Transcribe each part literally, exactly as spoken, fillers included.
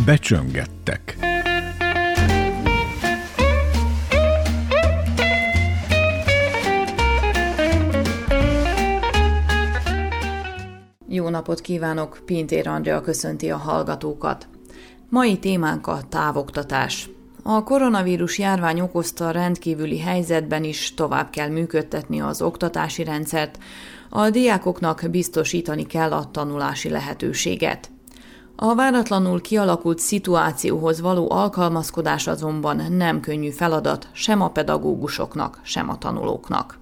Becsöngettek. Jó napot kívánok, Pintér Andrea köszönti a hallgatókat. Mai témánk a távoktatás. A koronavírus járvány okozta rendkívüli helyzetben is tovább kell működtetni az oktatási rendszert, a diákoknak biztosítani kell a tanulási lehetőséget. A váratlanul kialakult szituációhoz való alkalmazkodás azonban nem könnyű feladat sem a pedagógusoknak, sem a tanulóknak.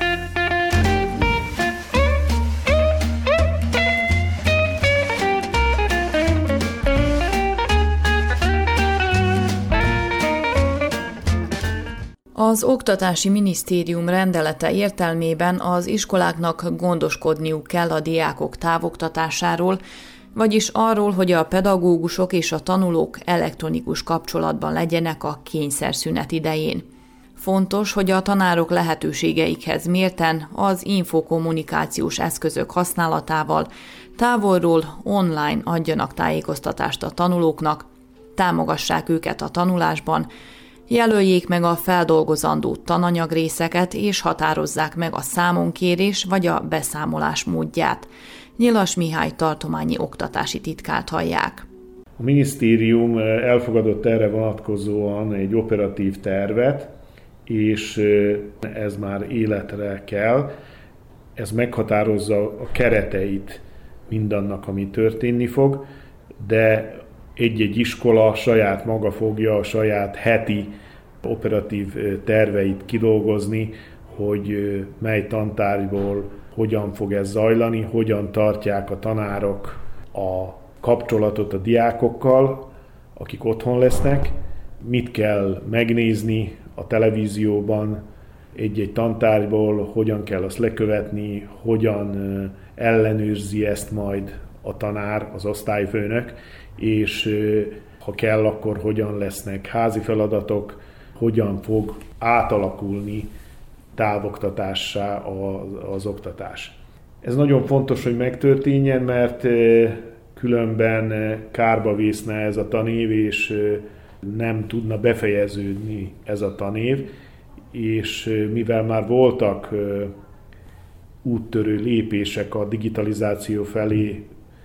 Az Oktatási Minisztérium rendelete értelmében az iskoláknak gondoskodniuk kell a diákok távoktatásáról, vagyis arról, hogy a pedagógusok és a tanulók elektronikus kapcsolatban legyenek a kényszerszünet idején. Fontos, hogy a tanárok lehetőségeikhez mérten az infokommunikációs eszközök használatával távolról online adjanak tájékoztatást a tanulóknak, támogassák őket a tanulásban, jelöljék meg a feldolgozandó tananyagrészeket és határozzák meg a számonkérés vagy a beszámolás módját. Nyilas Mihály tartományi oktatási titkárt hallják. A minisztérium elfogadott erre vonatkozóan egy operatív tervet, és ez már életre kell. Ez meghatározza a kereteit mindannak, ami történni fog, de egy-egy iskola saját maga fogja a saját heti operatív terveit kidolgozni, hogy mely tantárgyból hogyan fog ez zajlani, hogyan tartják a tanárok a kapcsolatot a diákokkal, akik otthon lesznek, mit kell megnézni a televízióban egy-egy tantárgyból, hogyan kell azt lekövetni, hogyan ellenőrzi ezt majd a tanár, az osztályfőnök, és ha kell, akkor hogyan lesznek házi feladatok, hogyan fog átalakulni távoktatássá az, az oktatás. Ez nagyon fontos, hogy megtörténjen, mert különben kárba vészne ez a tanév, és nem tudna befejeződni ez a tanév, és mivel már voltak úttörő lépések a digitalizáció felé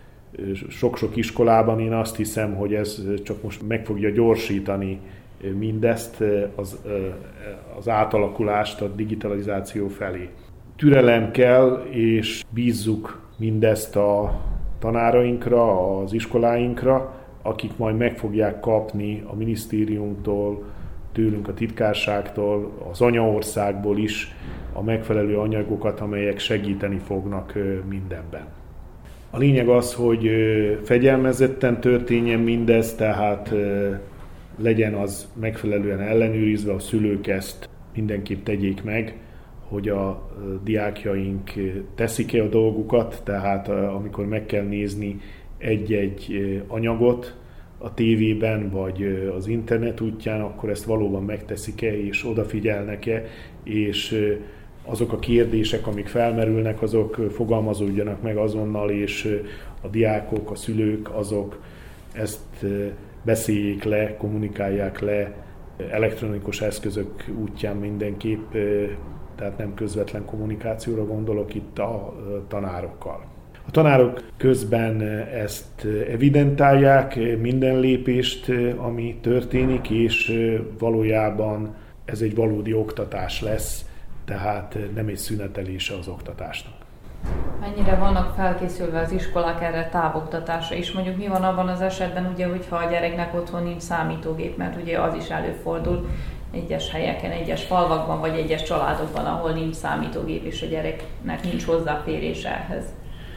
sok-sok iskolában, én azt hiszem, hogy ez csak most meg fogja gyorsítani mindezt, az, az átalakulást a digitalizáció felé. Türelem kell, és bízzuk mindezt a tanárainkra, az iskoláinkra, akik majd meg fogják kapni a minisztériumtól, tőlünk a titkárságtól, az anyaországból is a megfelelő anyagokat, amelyek segíteni fognak mindenben. A lényeg az, hogy fegyelmezetten történjen mindez, tehát legyen az megfelelően ellenőrizve, a szülők ezt mindenképp tegyék meg, hogy a diákjaink teszik-e a dolgukat, tehát amikor meg kell nézni egy-egy anyagot a tévében vagy az internet útján, akkor ezt valóban megteszik-e és odafigyelnek-e, és azok a kérdések, amik felmerülnek, azok fogalmazódjanak meg azonnal, és a diákok, a szülők, azok ezt beszéljék le, kommunikálják le elektronikus eszközök útján mindenképp, tehát nem közvetlen kommunikációra gondolok itt a tanárokkal. A tanárok közben ezt evidentálják, minden lépést, ami történik, és valójában ez egy valódi oktatás lesz, tehát nem egy szünetelése az oktatásnak. Mennyire vannak felkészülve az iskolák erre távoktatásra is? Mondjuk mi van abban az esetben, ugye, hogyha a gyereknek otthon nincs számítógép, mert ugye az is előfordul egyes helyeken, egyes falvakban, vagy egyes családokban, ahol nincs számítógép, és a gyereknek nincs hozzáférése ehhez.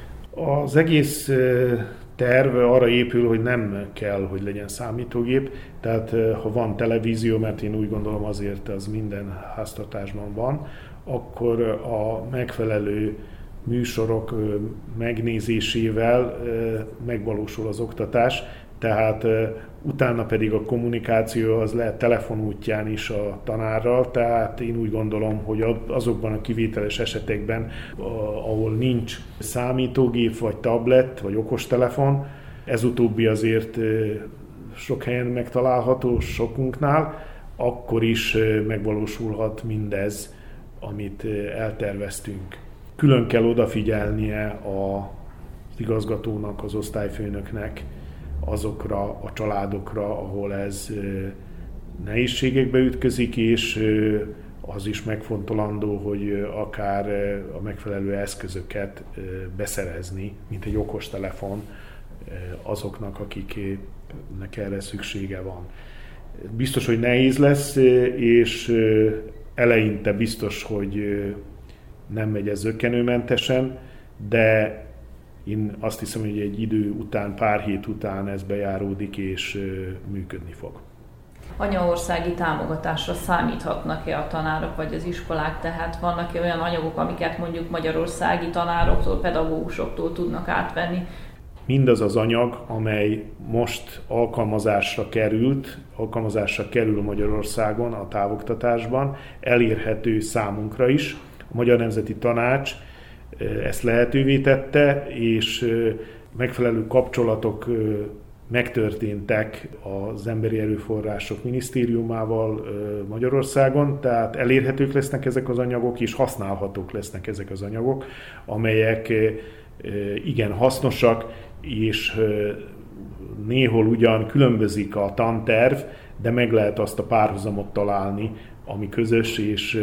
Az egész terv arra épül, hogy nem kell, hogy legyen számítógép, tehát ha van televízió, mert én úgy gondolom azért az minden háztartásban van, akkor a megfelelő műsorok megnézésével megvalósul az oktatás, tehát utána pedig a kommunikáció az lehet telefon útján is a tanárral, tehát én úgy gondolom, hogy azokban a kivételes esetekben, ahol nincs számítógép, vagy tablet, vagy okostelefon, ez utóbbi azért sok helyen megtalálható, sokunknál, akkor is megvalósulhat mindez, amit elterveztünk. Külön kell odafigyelnie az igazgatónak, az osztályfőnöknek azokra a családokra, ahol ez nehézségekbe ütközik, és az is megfontolandó, hogy akár a megfelelő eszközöket beszerezni, mint egy okostelefon azoknak, akiknek erre szüksége van. Biztos, hogy nehéz lesz, és eleinte biztos, hogy nem megy ez zökkenőmentesen, de én azt hiszem, hogy egy idő után, pár hét után ez bejáródik és működni fog. Anyaországi támogatásra számíthatnak-e a tanárok vagy az iskolák? Tehát vannak-e olyan anyagok, amiket mondjuk magyarországi tanároktól, pedagógusoktól tudnak átvenni? Mindaz az anyag, amely most alkalmazásra került, alkalmazásra kerül Magyarországon a távoktatásban, elérhető számunkra is. A Magyar Nemzeti Tanács ezt lehetővé tette, és megfelelő kapcsolatok megtörténtek az Emberi Erőforrások Minisztériumával Magyarországon, tehát elérhetők lesznek ezek az anyagok, és használhatók lesznek ezek az anyagok, amelyek igen hasznosak, és néhol ugyan különbözik a tanterv, de meg lehet azt a párhuzamot találni, ami közös, és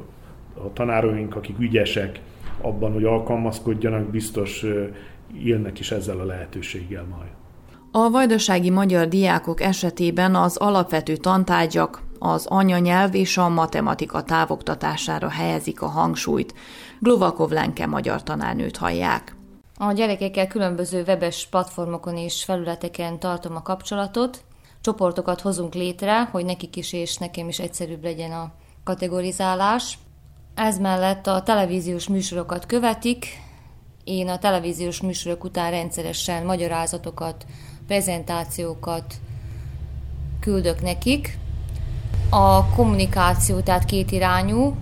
a tanáraink, akik ügyesek abban, hogy alkalmazkodjanak, biztos élnek is ezzel a lehetőséggel majd. A vajdasági magyar diákok esetében az alapvető tantárgyak, az anyanyelv és a matematika távoktatására helyezik a hangsúlyt. Glovakov Lenke magyar tanárnőt hallják. A gyerekekkel különböző webes platformokon és felületeken tartom a kapcsolatot. Csoportokat hozunk létre, hogy nekik is és nekem is egyszerűbb legyen a kategorizálás. Ez mellett a televíziós műsorokat követik. Én a televíziós műsorok után rendszeresen magyarázatokat, prezentációkat küldök nekik. A kommunikáció tehát kétirányú,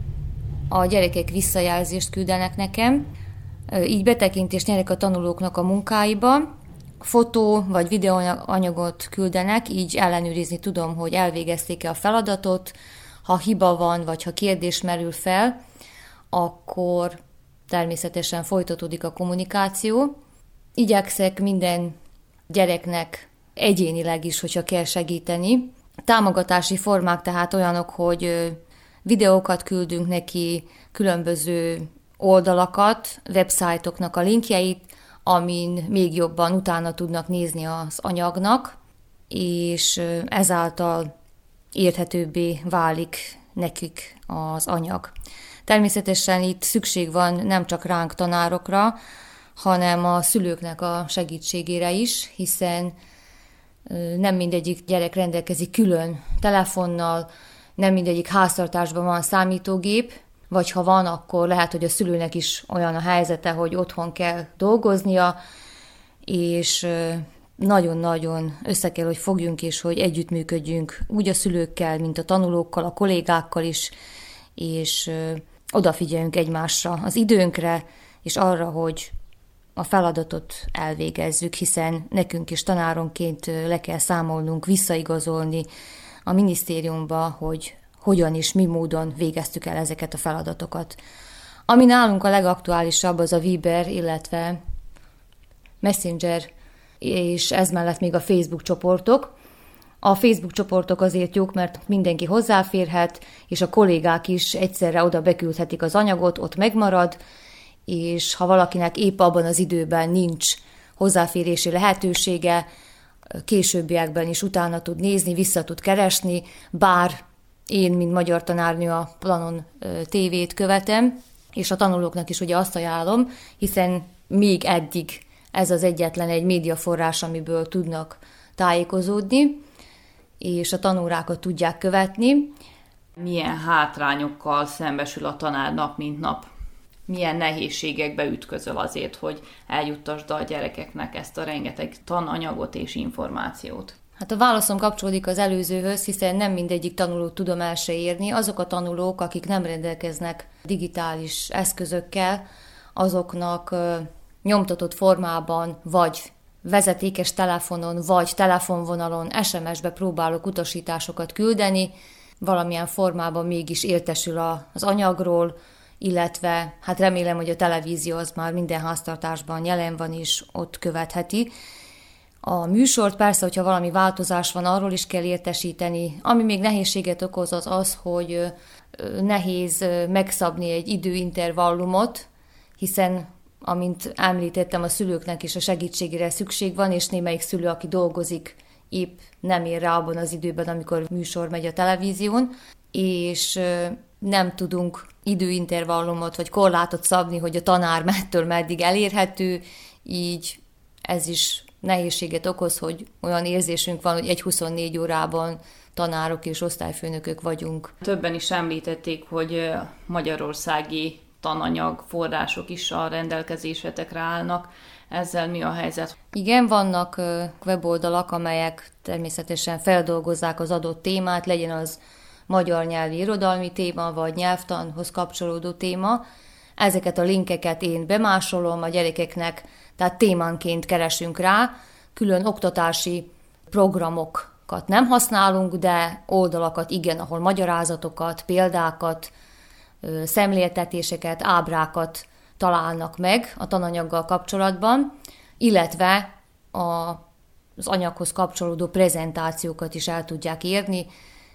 a gyerekek visszajelzést küldenek nekem, így betekintést nyerek a tanulóknak a munkáiba, fotó vagy videóanyagot küldenek, így ellenőrizni tudom, hogy elvégezték-e a feladatot, ha hiba van, vagy ha kérdés merül fel, akkor természetesen folytatódik a kommunikáció. Igyekszek minden gyereknek egyénileg is, hogyha kell segíteni. Támogatási formák tehát olyanok, hogy videókat küldünk neki, különböző oldalakat, websájtoknak a linkjeit, amin még jobban utána tudnak nézni az anyagnak, és ezáltal érthetőbbé válik nekik az anyag. Természetesen itt szükség van nem csak ránk tanárokra, hanem a szülőknek a segítségére is, hiszen nem mindegyik gyerek rendelkezik külön telefonnal, nem mindegyik háztartásban van számítógép, vagy ha van, akkor lehet, hogy a szülőnek is olyan a helyzete, hogy otthon kell dolgoznia, és nagyon-nagyon össze kell, hogy fogjunk, és hogy együttműködjünk úgy a szülőkkel, mint a tanulókkal, a kollégákkal is, és odafigyeljünk egymásra, az időnkre, és arra, hogy a feladatot elvégezzük, hiszen nekünk is tanáronként le kell számolnunk, visszaigazolni a minisztériumba, hogy hogyan és mi módon végeztük el ezeket a feladatokat. Ami nálunk a legaktuálisabb, az a Viber, illetve Messenger, és ez mellett még a Facebook csoportok. A Facebook csoportok azért jók, mert mindenki hozzáférhet, és a kollégák is egyszerre oda beküldhetik az anyagot, ott megmarad, és ha valakinek épp abban az időben nincs hozzáférési lehetősége, későbbiekben is utána tud nézni, vissza tud keresni, bár én, mint magyar tanárnő a Planon tévét követem, és a tanulóknak is ugye azt ajánlom, hiszen még eddig ez az egyetlen egy médiaforrás, amiből tudnak tájékozódni, és a tanórákat tudják követni. Milyen hátrányokkal szembesül a tanár nap mint nap? Milyen nehézségekbe ütközöl azért, hogy eljuttasd a gyerekeknek ezt a rengeteg tananyagot és információt? Hát a válaszom kapcsolódik az előzőhöz, hiszen nem mindegyik tanulót tudom el se érni. Azok a tanulók, akik nem rendelkeznek digitális eszközökkel, azoknak nyomtatott formában vagy vezetékes telefonon vagy telefonvonalon es em es-be próbálok utasításokat küldeni, valamilyen formában mégis értesül az anyagról, illetve hát remélem, hogy a televízió az már minden háztartásban jelen van, és ott követheti. A műsort persze, hogyha valami változás van, arról is kell értesíteni. Ami még nehézséget okoz, az az, hogy nehéz megszabni egy időintervallumot, hiszen, amint említettem, a szülőknek is a segítségére szükség van, és némelyik szülő, aki dolgozik, épp nem ér rá abban az időben, amikor műsor megy a televízión, és nem tudunk időintervallumot vagy korlátot szabni, hogy a tanár mettől meddig elérhető, így ez is nehézséget okoz, hogy olyan érzésünk van, hogy egy huszonnégy órában tanárok és osztályfőnökök vagyunk. Többen is említették, hogy magyarországi tananyag források is a rendelkezésetekre állnak. Ezzel mi a helyzet? Igen, vannak weboldalak, amelyek természetesen feldolgozzák az adott témát, legyen az magyar nyelvi irodalmi téma, vagy nyelvtanhoz kapcsolódó téma. Ezeket a linkeket én bemásolom a gyerekeknek, tehát témánként keresünk rá. Külön oktatási programokat nem használunk, de oldalakat igen, ahol magyarázatokat, példákat, szemléltetéseket, ábrákat találnak meg a tananyaggal kapcsolatban, illetve a, az anyaghoz kapcsolódó prezentációkat is el tudják érni,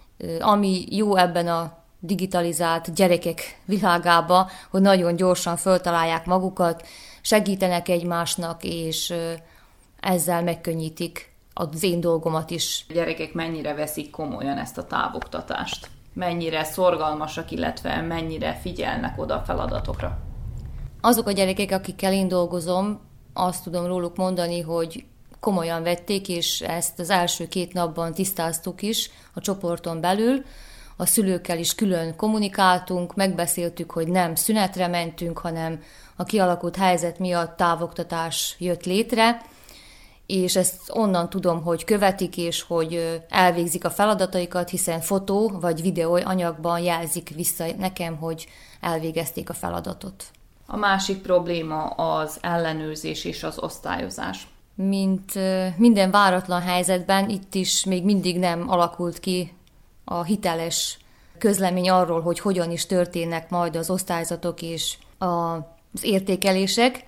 ami jó ebben a digitalizált gyerekek világába, hogy nagyon gyorsan föltalálják magukat, segítenek egymásnak, és ezzel megkönnyítik az én dolgomat is. A gyerekek mennyire veszik komolyan ezt a távoktatást? Mennyire szorgalmasak, illetve mennyire figyelnek oda a feladatokra? Azok a gyerekek, akikkel én dolgozom, azt tudom róluk mondani, hogy komolyan vették, és ezt az első két napban tisztáztuk is a csoporton belül. A szülőkkel is külön kommunikáltunk, megbeszéltük, hogy nem szünetre mentünk, hanem a kialakult helyzet miatt távoktatás jött létre, és ezt onnan tudom, hogy követik, és hogy elvégzik a feladataikat, hiszen fotó vagy videó anyagban jelzik vissza nekem, hogy elvégezték a feladatot. A másik probléma az ellenőrzés és az osztályozás. Mint minden váratlan helyzetben, itt is még mindig nem alakult ki a hiteles közlemény arról, hogy hogyan is történnek majd az osztályzatok és az értékelések.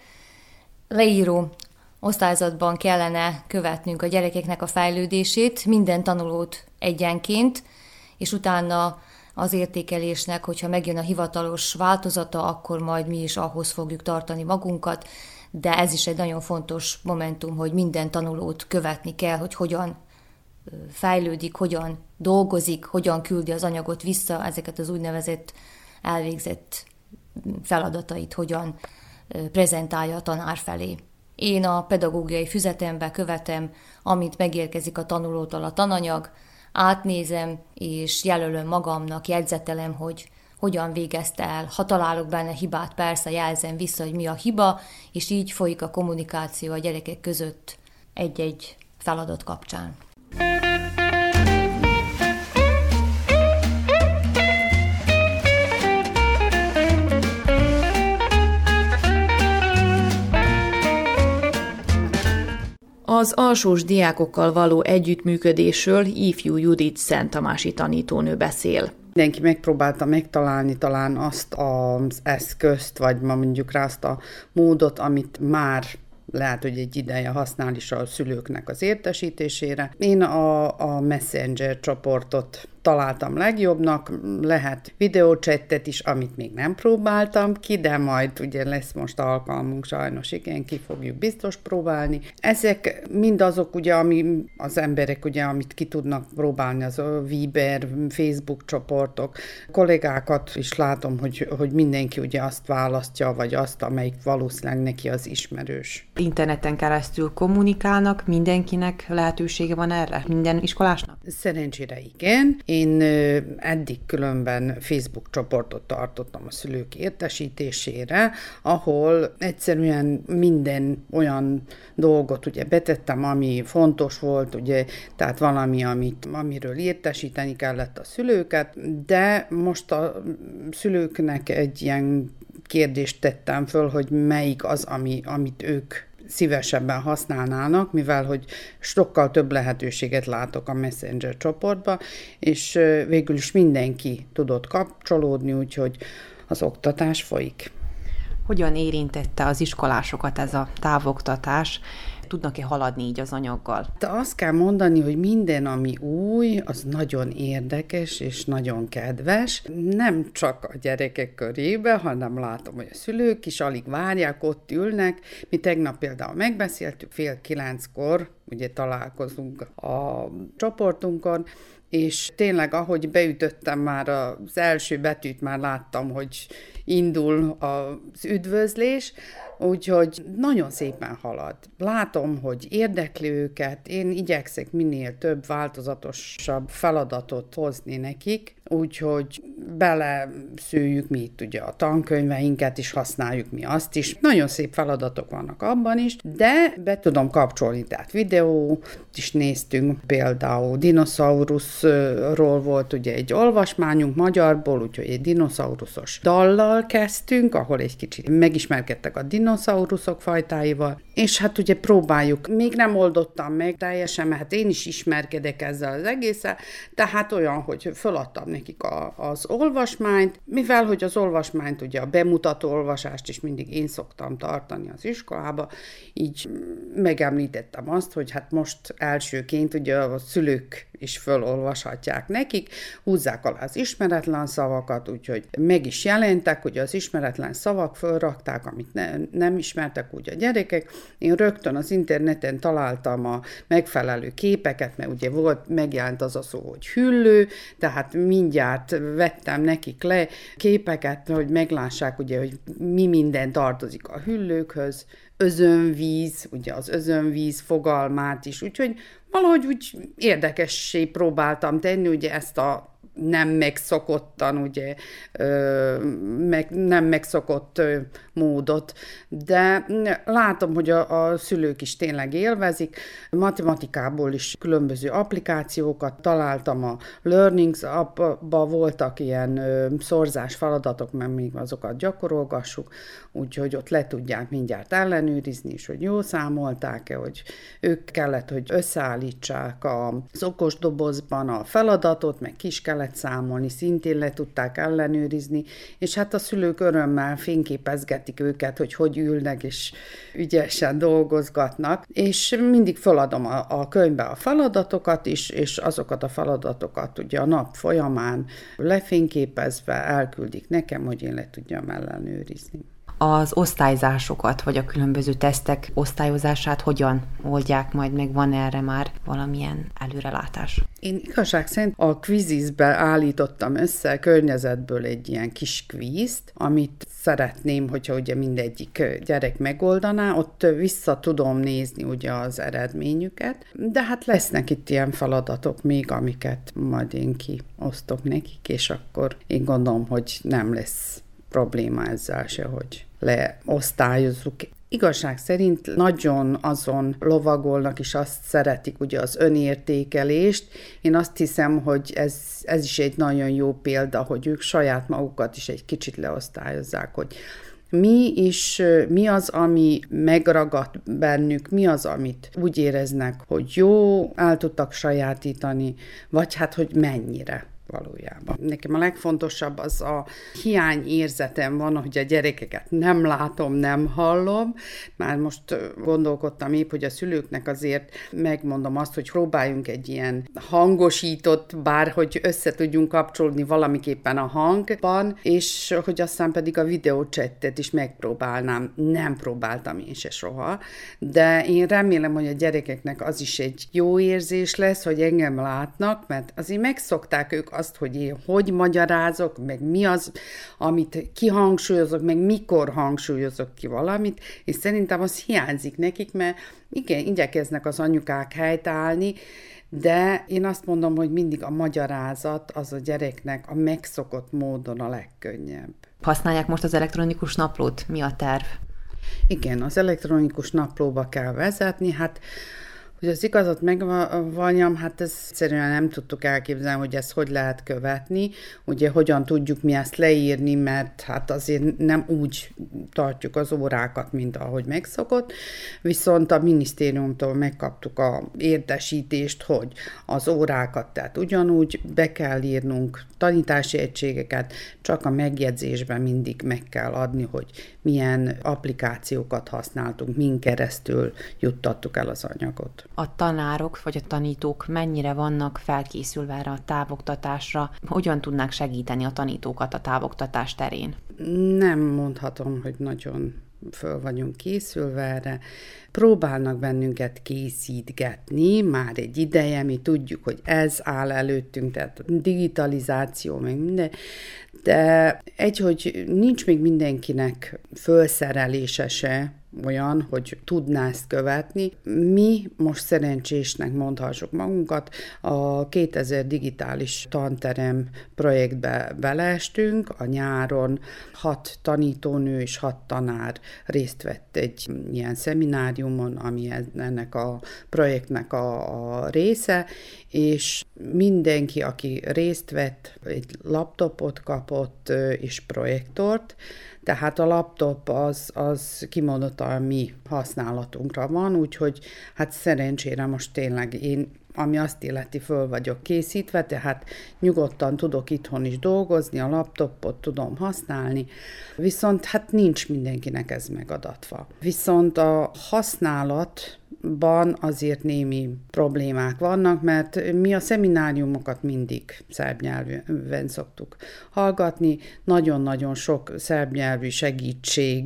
Leíró osztályzatban kellene követnünk a gyerekeknek a fejlődését, minden tanulót egyenként, és utána az értékelésnek, hogyha megjön a hivatalos változata, akkor majd mi is ahhoz fogjuk tartani magunkat, de ez is egy nagyon fontos momentum, hogy minden tanulót követni kell, hogy hogyan fejlődik, hogyan dolgozik, hogyan küldi az anyagot vissza, ezeket az úgynevezett elvégzett feladatait hogyan prezentálja a tanár felé. Én a pedagógiai füzetembe követem, amint megérkezik a tanulótól a tananyag, átnézem és jelölöm magamnak, jegyzetelem, hogy hogyan végezte el. Ha találok benne hibát, persze jelzem vissza, hogy mi a hiba, és így folyik a kommunikáció a gyerekek között egy-egy feladat kapcsán. Az alsós diákokkal való együttműködésről ifjú Judit szenttamási tanítónő beszél. Mindenki megpróbálta megtalálni talán azt az eszközt, vagy ma mondjuk rá azt a módot, amit már lehet, hogy egy ideje használ is a szülőknek az értesítésére. Én a, a Messenger csoportot találtam legjobbnak, lehet videócsettet is, amit még nem próbáltam ki, de majd ugye lesz most alkalmunk, sajnos igen, ki fogjuk biztos próbálni. Ezek mind azok, ugye, ami az emberek, ugye, amit ki tudnak próbálni, az a Viber, Facebook csoportok. Kollégákat is látom, hogy, hogy mindenki ugye azt választja, vagy azt, amelyik valószínűleg neki az ismerős. Interneten keresztül kommunikálnak, mindenkinek lehetősége van erre? Minden iskolásnak? Szerencsére igen. Én eddig különben Facebook csoportot tartottam a szülők értesítésére, ahol egyszerűen minden olyan dolgot ugye betettem, ami fontos volt, ugye, tehát valami, amit, amiről értesíteni kellett a szülőket, de most a szülőknek egy ilyen kérdést tettem föl, hogy melyik az, ami, amit ők szívesebben használnának, mivel hogy sokkal több lehetőséget látok a Messenger csoportba, és végül is mindenki tudott kapcsolódni, úgyhogy az oktatás folyik. Hogyan érintette az iskolásokat ez a távoktatás? Tudnak-e haladni így az anyaggal? De azt kell mondani, hogy minden, ami új, az nagyon érdekes és nagyon kedves. Nem csak a gyerekek körében, hanem látom, hogy a szülők is alig várják, ott ülnek. Mi tegnap például megbeszéltük, fél kilenckor, ugye találkozunk a csoportunkon, és tényleg, ahogy beütöttem már az első betűt, már láttam, hogy indul az üdvözlés, úgyhogy nagyon szépen halad. Látom, hogy érdekli őket, én igyekszek minél több változatosabb feladatot hozni nekik, úgyhogy beleszőjük mi itt ugye a tankönyveinket is, használjuk mi azt is. Nagyon szép feladatok vannak abban is, de be tudom kapcsolni, tehát videót is néztünk, például dinoszauruszról volt ugye egy olvasmányunk magyarból, úgyhogy egy dinoszauruszos dallal kezdtünk, ahol egy kicsit megismerkedtek a dinoszauruszok fajtáival, és hát ugye próbáljuk, még nem oldottam meg teljesen, mert hát én is ismerkedek ezzel az egészen, tehát olyan, hogy föladtam nekik a, az olvasmányt, mivel hogy az olvasmányt, ugye a bemutató olvasást is mindig én szoktam tartani az iskolába, így megemlítettem azt, hogy hát most elsőként ugye a szülők is fölolvashatják nekik, húzzák alá az ismeretlen szavakat, úgyhogy meg is jelentek, hogy az ismeretlen szavak fölrakták, amit ne, nem ismertek úgy a gyerekek. Én rögtön az interneten találtam a megfelelő képeket, mert ugye volt, megjelent az a szó, hogy hüllő, tehát mindjárt vettem nekik le képeket, hogy meglássák, ugye, hogy mi minden tartozik a hüllőkhöz, özönvíz, ugye az özönvíz fogalmát is, úgyhogy valahogy úgy érdekessé próbáltam tenni, ugye ezt a nem megszokottan, ugye, meg, nem megszokott módot, de látom, hogy a, a szülők is tényleg élvezik. Matematikából is különböző applikációkat találtam, a Learnings app-ba voltak ilyen szorzás feladatok, mert még azokat gyakorolgassuk, úgyhogy ott le tudják mindjárt ellenőrizni, és hogy jól számolták-e, hogy ők kellett, hogy összeállítsák az okos dobozban a feladatot, meg ki is kellett számolni, szintén le tudták ellenőrizni, és hát a szülők örömmel fényképezgetik őket, hogy hogy ülnek, és ügyesen dolgozgatnak, és mindig feladom a, a könyvbe a feladatokat is, és azokat a feladatokat ugye a nap folyamán lefényképezve elküldik nekem, hogy én le tudjam ellenőrizni. Az osztályzásokat, vagy a különböző tesztek osztályozását hogyan oldják majd meg? Van erre már valamilyen előrelátás? Én igazság szerint a Quizizbe állítottam össze környezetből egy ilyen kis kvízt, amit szeretném, hogyha ugye mindegyik gyerek megoldaná, ott vissza tudom nézni ugye az eredményüket, de hát lesznek itt ilyen feladatok még, amiket majd én kiosztok nekik, és akkor én gondolom, hogy nem lesz probléma ezzel se, hogy leosztályozzuk. Igazság szerint nagyon azon lovagolnak, és azt szeretik, ugye az önértékelést. Én azt hiszem, hogy ez, ez is egy nagyon jó példa, hogy ők saját magukat is egy kicsit leosztályozzák, hogy mi is, mi az, ami megragadt bennük, mi az, amit úgy éreznek, hogy jó, el tudtak sajátítani, vagy hát, hogy mennyire valójában. Nekem a legfontosabb az a hiányérzetem van, hogy a gyerekeket nem látom, nem hallom. Már most gondolkodtam épp, hogy a szülőknek azért megmondom azt, hogy próbáljunk egy ilyen hangosított, bárhogy össze tudjunk kapcsolódni valamiképpen a hangban, és hogy aztán pedig a videócsettet is megpróbálnám. Nem próbáltam én se soha, de én remélem, hogy a gyerekeknek az is egy jó érzés lesz, hogy engem látnak, mert azért megszokták ők azt, hogy én hogy magyarázok, meg mi az, amit kihangsúlyozok, meg mikor hangsúlyozok ki valamit, és szerintem az hiányzik nekik, mert igen, igyekeznek az anyukák helytállni, de én azt mondom, hogy mindig a magyarázat az a gyereknek a megszokott módon a legkönnyebb. Használják most az elektronikus naplót? Mi a terv? Igen, az elektronikus naplóba kell vezetni, hát Hogy az igazat megvalljam, hát ez egyszerűen nem tudtuk elképzelni, hogy ezt hogy lehet követni, ugye hogyan tudjuk mi ezt leírni, mert hát azért nem úgy tartjuk az órákat, mint ahogy megszokott, viszont a minisztériumtól megkaptuk a értesítést, hogy az órákat tehát ugyanúgy be kell írnunk, tanítási egységeket, csak a megjegyzésben mindig meg kell adni, hogy milyen applikációkat használtunk, min keresztül juttattuk el az anyagot. A tanárok vagy a tanítók mennyire vannak felkészülve erre a távoktatásra? Hogyan tudnák segíteni a tanítókat a távoktatás terén? Nem mondhatom, hogy nagyon föl vagyunk készülve erre. Próbálnak bennünket készítgetni, már egy ideje, mi tudjuk, hogy ez áll előttünk, tehát digitalizáció, meg minden, de egy, hogy nincs még mindenkinek fölszerelése se olyan, hogy tudná ezt követni. Mi most szerencsésnek mondhassuk magunkat, a kétezer digitális tanterem projektbe beleestünk, a nyáron hat tanítónő és hat tanár részt vett egy ilyen szemináriumon, ami ennek a projektnek a, a része, és mindenki, aki részt vett, egy laptopot kapott és projektort, tehát a laptop az, az kimondottan a mi használatunkra van, úgyhogy hát szerencsére most tényleg én, ami azt illeti, föl vagyok készítve, tehát nyugodtan tudok itthon is dolgozni, a laptopot tudom használni, viszont hát nincs mindenkinek ez megadatva. Viszont a használatban azért némi problémák vannak, mert mi a szemináriumokat mindig szerb nyelven szoktuk hallgatni, nagyon-nagyon sok szerb nyelvű segítség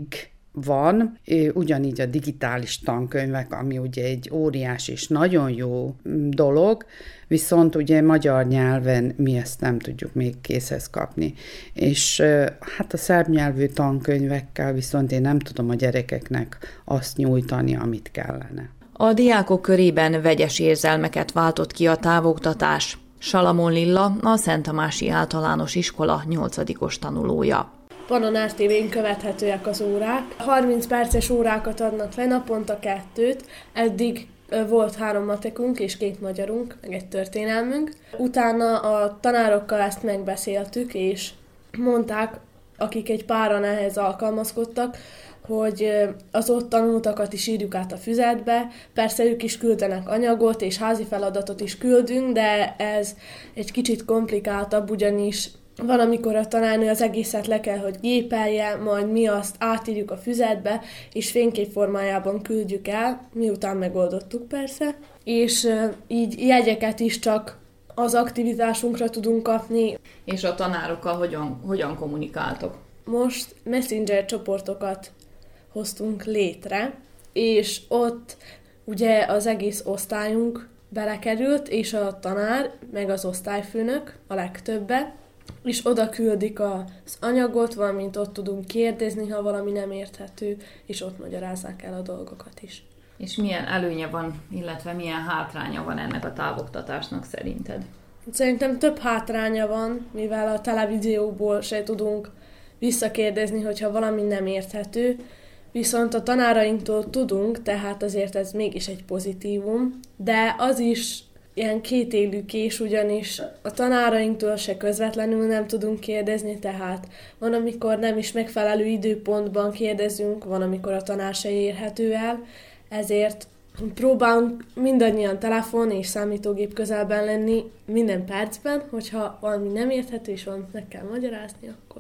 van, ugyanígy a digitális tankönyvek, ami ugye egy óriás és nagyon jó dolog, viszont ugye magyar nyelven mi ezt nem tudjuk még készhez kapni. És hát a szerb nyelvű tankönyvekkel viszont én nem tudom a gyerekeknek azt nyújtani, amit kellene. A diákok körében vegyes érzelmeket váltott ki a távoktatás. Salamon Lilla, a Szent Tamási Általános Iskola nyolcadikos tanulója. Panonár tévén követhetőek az órák. harminc perces órákat adnak le, naponta kettőt. Eddig volt három matekunk és két magyarunk, meg egy történelmünk. Utána a tanárokkal ezt megbeszéltük, és mondták, akik egy páran ehhez alkalmazkodtak, hogy az ott tanultakat is írjuk át a füzetbe. Persze ők is küldenek anyagot, és házi feladatot is küldünk, de ez egy kicsit komplikáltabb, ugyanis van, amikor a tanárnő az egészet le kell, hogy gépelje, majd mi azt átírjuk a füzetbe, és fénykép formájában küldjük el, miután megoldottuk persze, és így jegyeket is csak az aktivitásunkra tudunk kapni. És a tanárokkal hogyan, hogyan kommunikáltok? Most messenger csoportokat hoztunk létre, és ott ugye az egész osztályunk belekerült, és a tanár, meg az osztályfőnök, a legtöbbe, és oda küldik az anyagot, valamint ott tudunk kérdezni, ha valami nem érthető, és ott magyarázzák el a dolgokat is. És milyen előnye van, illetve milyen hátránya van ennek a távoktatásnak szerinted? Szerintem több hátránya van, mivel a televízióból se tudunk visszakérdezni, hogyha valami nem érthető, viszont a tanárainktól tudunk, tehát azért ez mégis egy pozitívum, de az is ilyen kétélű kés, ugyanis a tanárainktól se közvetlenül nem tudunk kérdezni, tehát van, amikor nem is megfelelő időpontban kérdezünk, van, amikor a tanár se érhető el, ezért próbálunk mindannyian telefon és számítógép közelben lenni minden percben, hogyha valami nem érthető és valamit meg kell magyarázni, akkor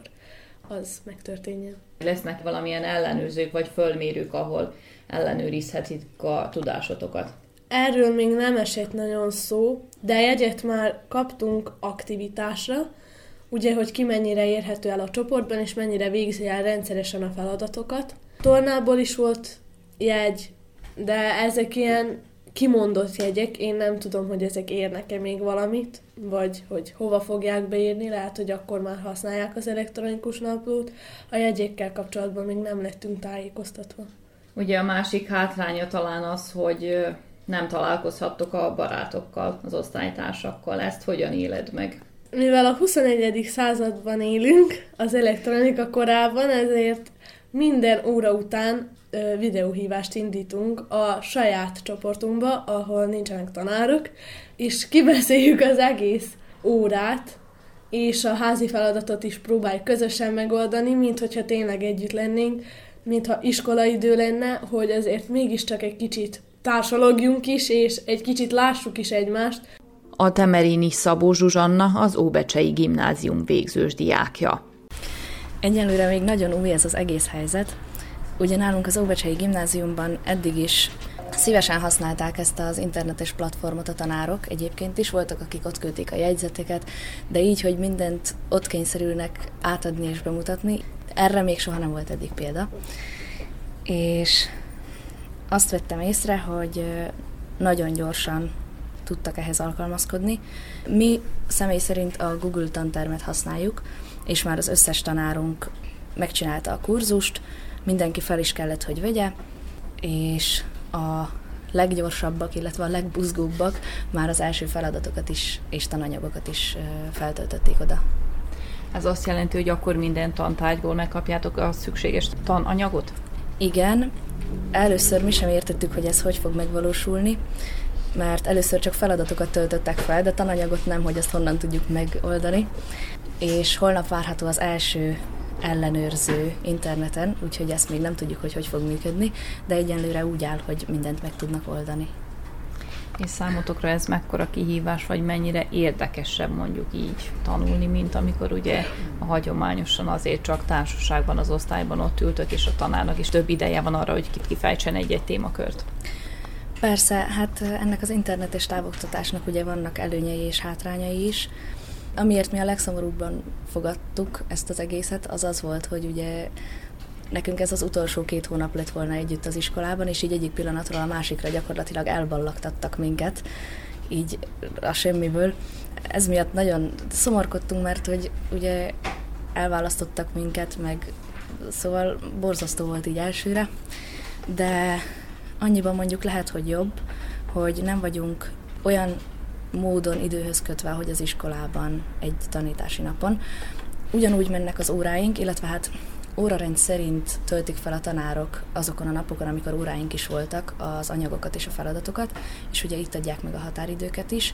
az megtörténjen. Lesznek valamilyen ellenőrzők vagy fölmérők, ahol ellenőrizhetik a tudásotokat? Erről még nem esett nagyon szó, de jegyet már kaptunk aktivitásra, ugye, hogy ki mennyire érhető el a csoportban, és mennyire végzi el rendszeresen a feladatokat. Tornából is volt jegy, de ezek ilyen kimondott jegyek, én nem tudom, hogy ezek érnek-e még valamit, vagy hogy hova fogják beírni, lehet, hogy akkor már használják az elektronikus naplót. A jegyekkel kapcsolatban még nem lettünk tájékoztatva. Ugye a másik hátránya talán az, hogy nem találkozhattok a barátokkal, az osztálytársakkal. Ezt hogyan éled meg? Mivel a huszonegyedik században élünk, az elektronika korában, ezért minden óra után ö, videóhívást indítunk a saját csoportunkba, ahol nincsenek tanárok, és kibeszéljük az egész órát, és a házi feladatot is próbáljuk közösen megoldani, mint hogyha tényleg együtt lennénk, mintha iskolaidő lenne, hogy azért mégiscsak egy kicsit társalogjunk is, és egy kicsit lássuk is egymást. A Temerini Szabó Zsuzsanna az Óbecsei Gimnázium végzős diákja. Egyelőre még nagyon új ez az egész helyzet. Ugye nálunk az Óbecsei Gimnáziumban eddig is szívesen használták ezt az internetes platformot a tanárok, egyébként is voltak, akik ott küldték a jegyzeteket, de így, hogy mindent ott kényszerülnek átadni és bemutatni, erre még soha nem volt eddig példa. És azt vettem észre, hogy nagyon gyorsan tudtak ehhez alkalmazkodni. Mi személy szerint a Google tantermet használjuk, és már az összes tanárunk megcsinálta a kurzust, mindenki fel is kellett, hogy vegye, és a leggyorsabbak, illetve a legbuzgóbbak már az első feladatokat is, és tananyagokat is feltöltötték oda. Ez azt jelenti, hogy akkor minden tantárgyból megkapjátok a szükséges tananyagot? Igen. Először mi sem értettük, hogy ez hogy fog megvalósulni, mert először csak feladatokat töltöttek fel, de tananyagot nem, hogy ezt honnan tudjuk megoldani. És holnap várható az első ellenőrző interneten, úgyhogy ezt még nem tudjuk, hogy hogy fog működni, de egyenlőre úgy áll, hogy mindent meg tudnak oldani. És számotokra ez mekkora kihívás, vagy mennyire érdekesebb mondjuk így tanulni, mint amikor ugye hagyományosan azért csak társaságban, az osztályban ott ültök, és a tanárnak is több ideje van arra, hogy kifejtsen egy-egy témakört? Persze, hát ennek az internetes távoktatásnak ugye vannak előnyei és hátrányai is. Amiért mi a legszomorúbban fogadtuk ezt az egészet, az az volt, hogy ugye nekünk ez az utolsó két hónap lett volna együtt az iskolában, és így egyik pillanatról a másikra gyakorlatilag elballagtattak minket, így a semmiből. Ez miatt nagyon szomorkodtunk, mert hogy ugye elválasztottak minket, meg szóval borzasztó volt így elsőre, de annyiban mondjuk lehet, hogy jobb, hogy nem vagyunk olyan módon időhöz kötve, hogy az iskolában egy tanítási napon. Ugyanúgy mennek az óráink, illetve hát órarend szerint töltik fel a tanárok azokon a napokon, amikor óráink is voltak, az anyagokat és a feladatokat, és ugye itt adják meg a határidőket is,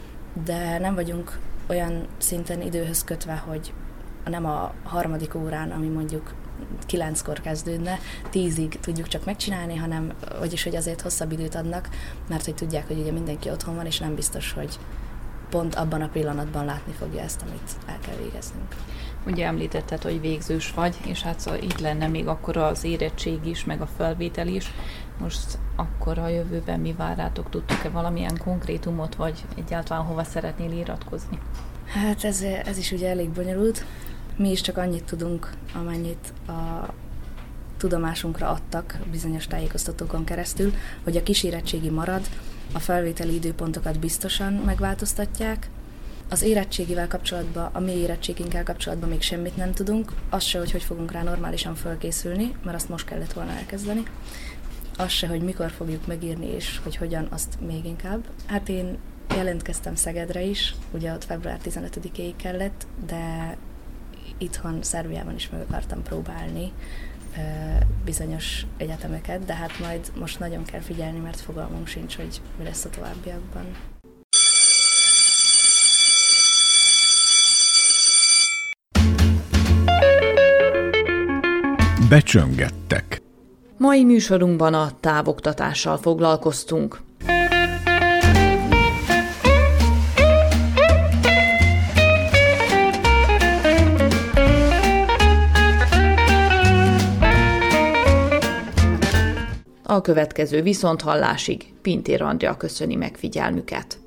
de nem vagyunk olyan szinten időhöz kötve, hogy nem a harmadik órán, ami mondjuk kilenckor kezdődne, tízig tudjuk csak megcsinálni, hanem vagyis, hogy azért hosszabb időt adnak, mert hogy tudják, hogy ugye mindenki otthon van, és nem biztos, hogy pont abban a pillanatban látni fogja ezt, amit el kell végeznünk. Ugye említetted, hogy végzős vagy, és hát szóval itt lenne még akkor az érettség is, meg a felvétel is. Most akkor a jövőben mi vár rátok? Tudtok-e valamilyen konkrétumot, vagy egyáltalán hova szeretnél iratkozni? Hát ez, ez is ugye elég bonyolult. Mi is csak annyit tudunk, amennyit a tudomásunkra adtak bizonyos tájékoztatókon keresztül, hogy a kísérettségi marad, a felvételi időpontokat biztosan megváltoztatják. Az érettségivel kapcsolatban, a mi érettséginkkel kapcsolatban még semmit nem tudunk, az se, hogy hogy fogunk rá normálisan fölkészülni, mert azt most kellett volna elkezdeni. Az se, hogy mikor fogjuk megírni, és hogy hogyan, azt még inkább. Hát én jelentkeztem Szegedre is, ugye ott február tizenötödikéig kellett, de itthon Szerbiában is meg akartam próbálni bizonyos egyetemeket, de hát majd most nagyon kell figyelni, mert fogalmunk sincs, hogy mi lesz a továbbiakban. Becsöngettek. Mai műsorunkban a távoktatással foglalkoztunk. A következő viszonthallásig Pintér Andrea köszöni meg figyelmüket.